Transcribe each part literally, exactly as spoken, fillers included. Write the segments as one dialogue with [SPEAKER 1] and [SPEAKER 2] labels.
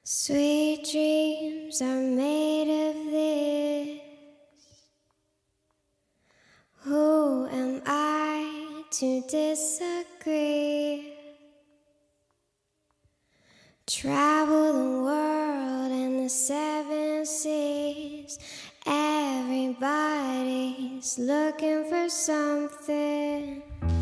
[SPEAKER 1] Sweet dreams are made of this. Who am I to disagree? Travel the world and the seven seas. Everybody's looking for something.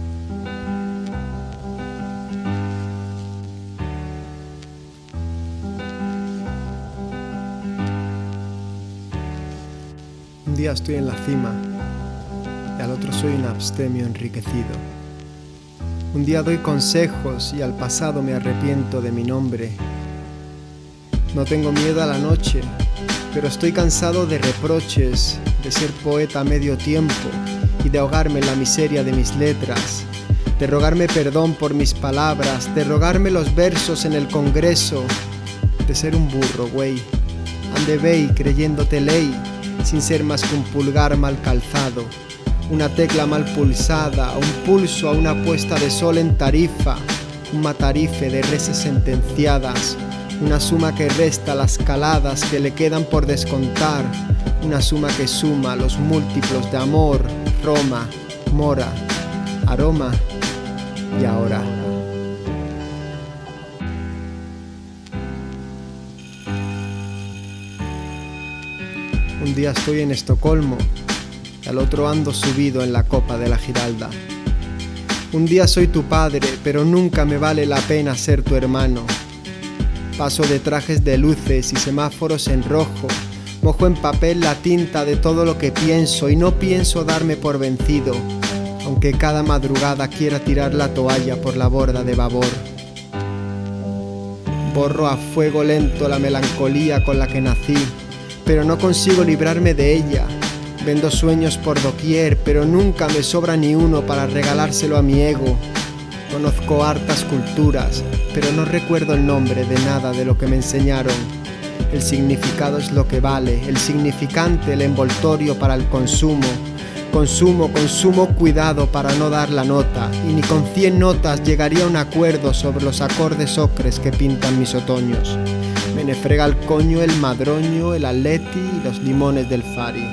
[SPEAKER 2] Un día estoy en la cima y al otro soy un abstemio enriquecido. Un día doy consejos y al pasado me arrepiento de mi nombre. No tengo miedo a la noche, pero estoy cansado de reproches, de ser poeta a medio tiempo y de ahogarme en la miseria de mis letras, de rogarme perdón por mis palabras, de rogarme los versos en el Congreso, de ser un burro, güey, ande vey creyéndote ley, sin ser más que un pulgar mal calzado, una tecla mal pulsada, un pulso a una puesta de sol en Tarifa, un matarife de reses sentenciadas, una suma que resta las caladas que le quedan por descontar, una suma que suma los múltiplos de amor, Roma, mora, aroma y ahora. Un día estoy en Estocolmo y al otro ando subido en la copa de la Giralda. Un día soy tu padre, pero nunca me vale la pena ser tu hermano. Paso de trajes de luces y semáforos en rojo, mojo en papel la tinta de todo lo que pienso y no pienso darme por vencido, aunque cada madrugada quiera tirar la toalla por la borda de babor. Borro a fuego lento la melancolía con la que nací, pero no consigo librarme de ella. Vendo sueños por doquier, pero nunca me sobra ni uno para regalárselo a mi ego. Conozco hartas culturas, pero no recuerdo el nombre de nada de lo que me enseñaron. El significado es lo que vale, el significante el envoltorio para el consumo. Consumo, consumo cuidado para no dar la nota, y ni con cien notas llegaría a un acuerdo sobre los acordes ocres que pintan mis otoños. Me nefrega el coño, el madroño, el atleti y los limones del Fari.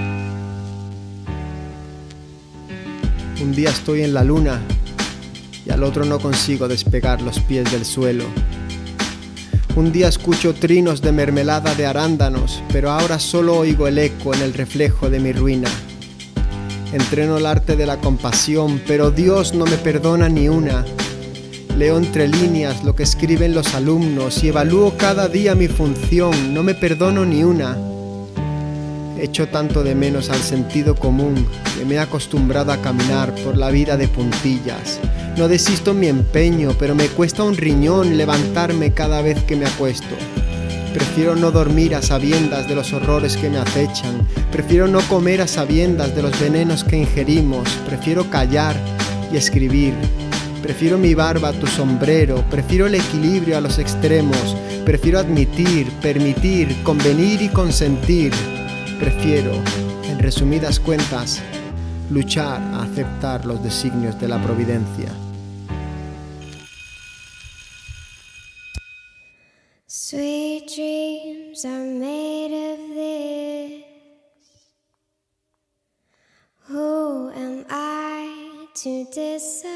[SPEAKER 2] Un día estoy en la luna y al otro no consigo despegar los pies del suelo. Un día escucho trinos de mermelada de arándanos, pero ahora solo oigo el eco en el reflejo de mi ruina. Entreno el arte de la compasión, pero Dios no me perdona ni una. Leo entre líneas lo que escriben los alumnos y evalúo cada día mi función, no me perdono ni una. Echo tanto de menos al sentido común que me he acostumbrado a caminar por la vida de puntillas. No desisto en mi empeño, pero me cuesta un riñón levantarme cada vez que me acuesto. Prefiero no dormir a sabiendas de los horrores que me acechan. Prefiero no comer a sabiendas de los venenos que ingerimos. Prefiero callar y escribir. Prefiero mi barba a tu sombrero, prefiero el equilibrio a los extremos, prefiero admitir, permitir, convenir y consentir. Prefiero, en resumidas cuentas, luchar a aceptar los designios de la providencia.
[SPEAKER 1] Sweet dreams are made of this. Who am I to disagree?